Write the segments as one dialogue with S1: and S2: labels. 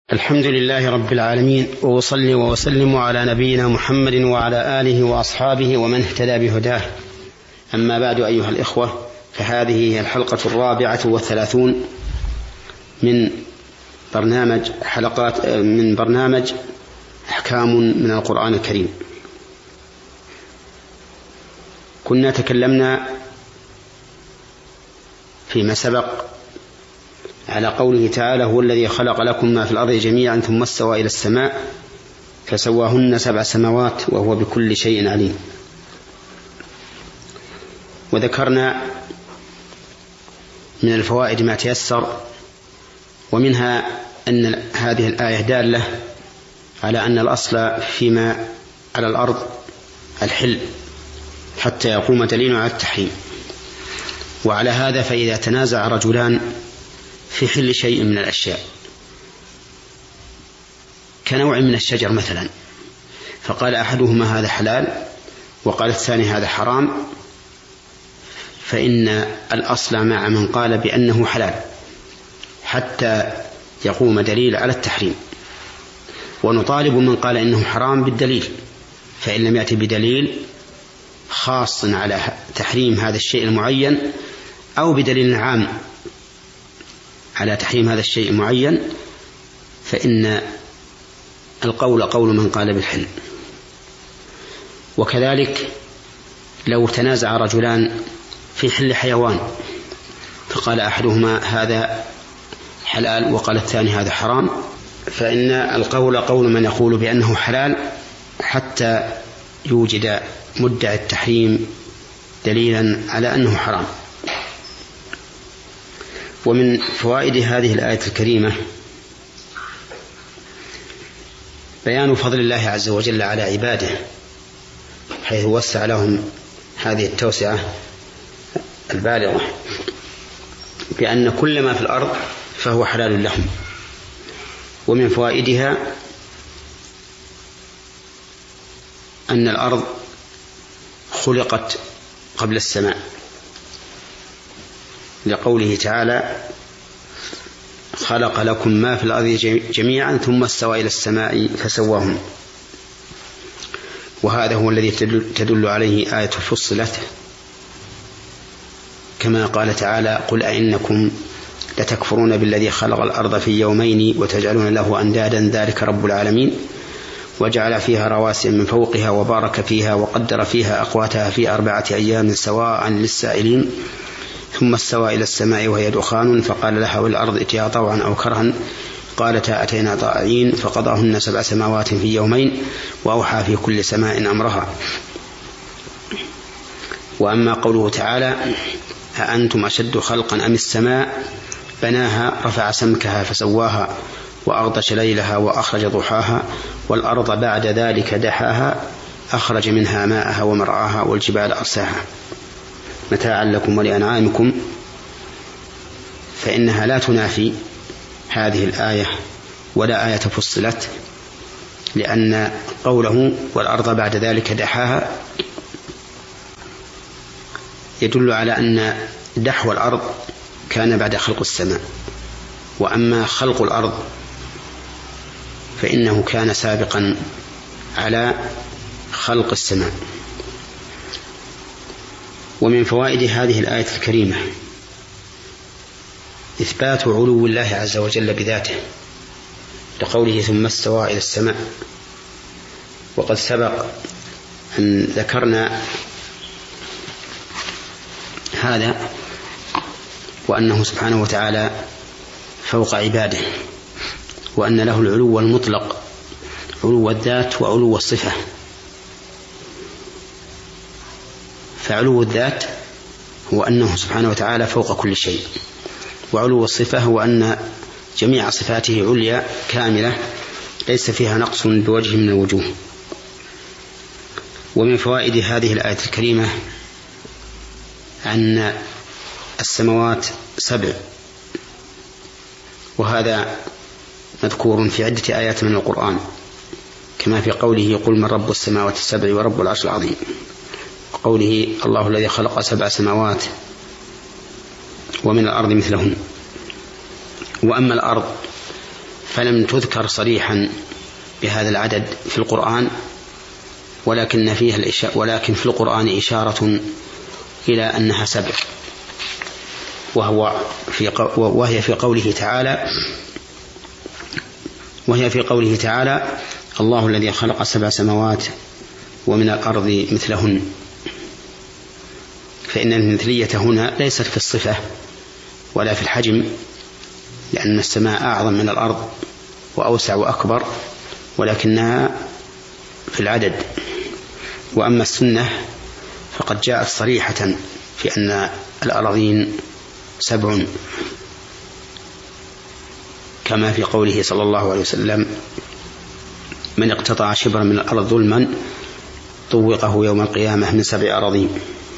S1: الحمد لله رب العالمين، وأصلي وأسلم على نبينا محمد وعلى آله وأصحابه ومن اهتدى بهداه. أما بعد، أيها الإخوة، فهذه هي الحلقة 34 من برنامج أحكام من القرآن الكريم. كنا تكلمنا فيما سبق على قوله تعالى: هو الذي خلق لكم ما في الأرض جميعا ثم استوى إلى السماء فسواهن 7 سماوات وهو بكل شيء عليم. وذكرنا من الفوائد ما تيسر، ومنها أن هذه الآية دالة على أن الأصل فيما على الأرض الحل حتى يقوم دليل على التحريم. وعلى هذا فإذا تنازع رجلان في حل شيء من الأشياء كنوع من الشجر مثلا، فقال أحدهما هذا حلال وقال الثاني هذا حرام، فإن الأصل مع من قال بأنه حلال حتى يقوم دليل على التحريم، ونطالب من قال إنه حرام بالدليل، فإن لم يأتي بدليل خاص على تحريم هذا الشيء المعين أو بدليل عام على تحريم هذا الشيء المعين، فإن القول قول من قال بالحل. وكذلك لو تنازع رجلان في حل حيوان فقال أحدهما هذا حلال وقال الثاني هذا حرام، فإن القول قول من يقول بأنه حلال حتى يوجد مدعي التحريم دليلا على أنه حرام. ومن فوائد هذه الآية الكريمة بيان فضل الله عز وجل على عباده، حيث وسع لهم هذه التوسعة البالغة بأن كل ما في الأرض فهو حلال لهم. ومن فوائدها أن الأرض خلقت قبل السماء، لقوله تعالى: خلق لكم ما في الأرض جميعا ثم استوى إلى السماء فسواهن. وهذا هو الذي تدل عليه آية فصلت، كما قال تعالى: قل أئنكم لتكفرون بالذي خلق الأرض في يومين وتجعلون له أندادا ذلك رب العالمين وجعل فيها رواسي من فوقها وبارك فيها وقدر فيها أقواتها في 4 أيام سواء للسائلين ثم استوى إلى السماء وهي دخان فقال لها والأرض ائتيا طوعا أو كرها قالتا أتينا طائعين فقضاهن 7 سماوات في يومين وأوحى في كل سماء أمرها. وأما قوله تعالى: أأنتم أشد خلقا أم السماء بناها رفع سمكها فسواها وأغطش ليلها وأخرج ضحاها والأرض بعد ذلك دحاها أخرج منها ماءها ومرعاها والجبال أرساها متاعا لكم ولأنعامكم، فإنها لا تنافي هذه الآية ولا آية فصلت، لأن قوله والأرض بعد ذلك دحاها يدل على أن دحو الأرض كان بعد خلق السماء، وأما خلق الأرض فإنه كان سابقا على خلق السماء. ومن فوائد هذه الآية الكريمة إثبات علو الله عز وجل بذاته، لقوله ثم استوى إلى السماء. وقد سبق أن ذكرنا هذا، وأنه سبحانه وتعالى فوق عباده، وأن له العلو المطلق، علو الذات وعلو الصفة. فعلو الذات هو أنه سبحانه وتعالى فوق كل شيء، وعلو الصفة هو أن جميع صفاته عليا كاملة ليس فيها نقص بوجه من الوجوه. ومن فوائد هذه الآية الكريمة أن السماوات 7، وهذا مذكور في عدة آيات من القرآن، كما في قوله: قل من رب السماوات ال7 ورب العرش العظيم، وقوله: الله الذي خلق 7 سماوات ومن الأرض مثلهن. وأما الأرض فلم تذكر صريحا بهذا العدد في القرآن، ولكن في القرآن إشارة إلى أنها 7، وهي في قوله تعالى الله الذي خلق 7 سماوات ومن الأرض مثلهن. فإن المثلية هنا ليست في الصفة ولا في الحجم، لأن السماء أعظم من الأرض وأوسع وأكبر، ولكنها في العدد. وأما السنة فقد جاءت صريحة في أن الأراضين 7، كما في قوله صلى الله عليه وسلم من اقتطع شبرا من الأرض ظلما طوقه يوم القيامة من 7 أراضين.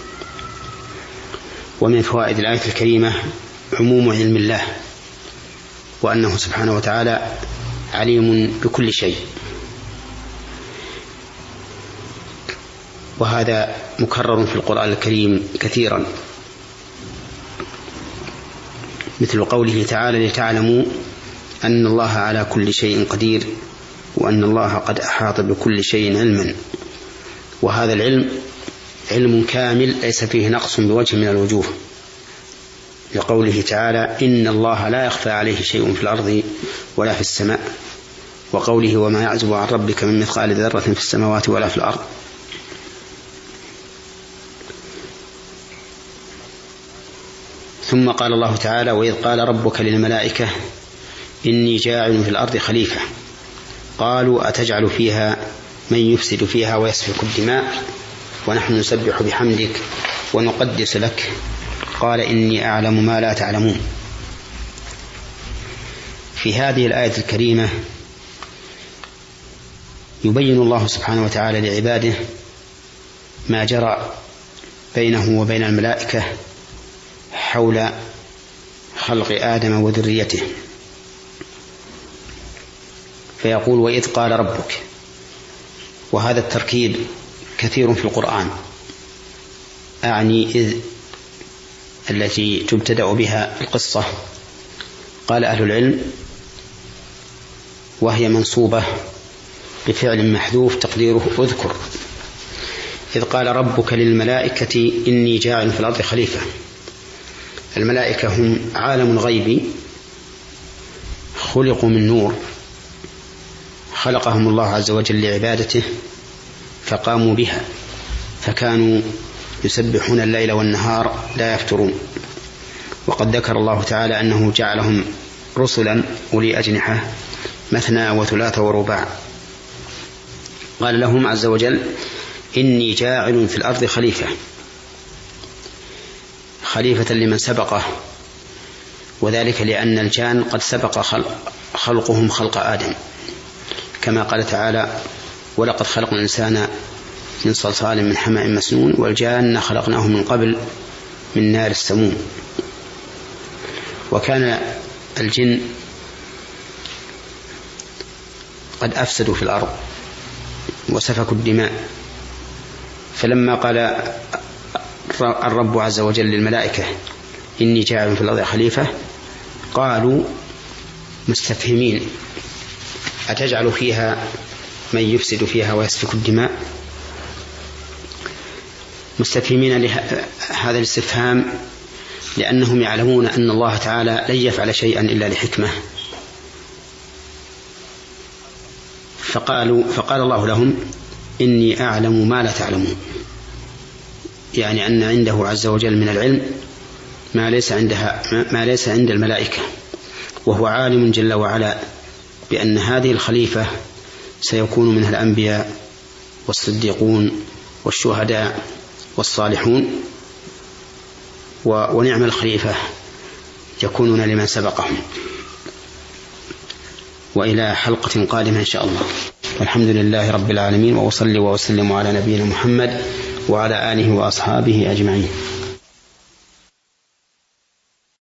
S1: ومن فوائد الآية الكريمة عموم علم الله، وأنه سبحانه وتعالى عليم بكل شيء، وهذا مكرر في القرآن الكريم كثيرا، مثل قوله تعالى لتعلموا أن الله على كل شيء قدير وأن الله قد أحاط بكل شيء علما. وهذا العلم علم كامل ليس فيه نقص بوجه من الوجوه، لقوله تعالى إن الله لا يخفى عليه شيء في الأرض ولا في السماء، وقوله وما يعزب عن ربك من مثقال ذرة في السماوات ولا في الأرض. ثم قال الله تعالى وإذ قال ربك للملائكة إني جاعل في الأرض خليفة قالوا أتجعل فيها من يفسد فيها ويسفك الدماء ونحن نسبح بحمدك ونقدس لك قال إني أعلم ما لا تعلمون. في هذه الآية الكريمة يبين الله سبحانه وتعالى لعباده ما جرى بينه وبين الملائكة حول خلق آدم وذريته، فيقول وإذ قال ربك، وهذا التركيب كثير في القرآن، أعني إذ التي تبتدأ بها القصة. قال أهل العلم وهي منصوبة بفعل محذوف تقديره اذكر. إذ قال ربك للملائكة إني جاعل في الأرض خليفة. الملائكة هم عالم غيبي خلقوا من نور، خلقهم الله عز وجل لعبادته فقاموا بها، فكانوا يسبحون الليل والنهار لا يفترون. وقد ذكر الله تعالى أنه جعلهم رسلا أولي أجنحة مثنى وثلاث ورباع. قال لهم عز وجل إني جاعل في الأرض خليفة لمن سبقه، وذلك لأن الجان قد سبق خلقهم خلق آدم، كما قال تعالى ولقد خلقنا الإنسان من صلصال من حمأ مسنون والجان خلقناه من قبل من نار السموم. وكان الجن قد أفسدوا في الأرض وسفكوا الدماء، فلما قال الرب عز وجل للملائكة إني جاعل في الأرض خليفة قالوا مستفهمين أتجعل فيها من يفسد فيها ويسفك الدماء، مستفهمين هذا الاستفهام لأنهم يعلمون أن الله تعالى لن يفعل شيئا إلا لحكمة. فقال الله لهم إني أعلم ما لا تعلمون، يعني أن عنده عز وجل من العلم ما ليس عند الملائكة، وهو عالم جل وعلا بأن هذه الخليفة سيكون منها الأنبياء والصديقون والشهداء والصالحون، ونعم الخليفة يكونون لمن سبقهم. وإلى حلقة قادمة إن شاء الله، والحمد لله رب العالمين، وأصلي وأسلم على نبينا محمد وعلى آله وأصحابه أجمعين.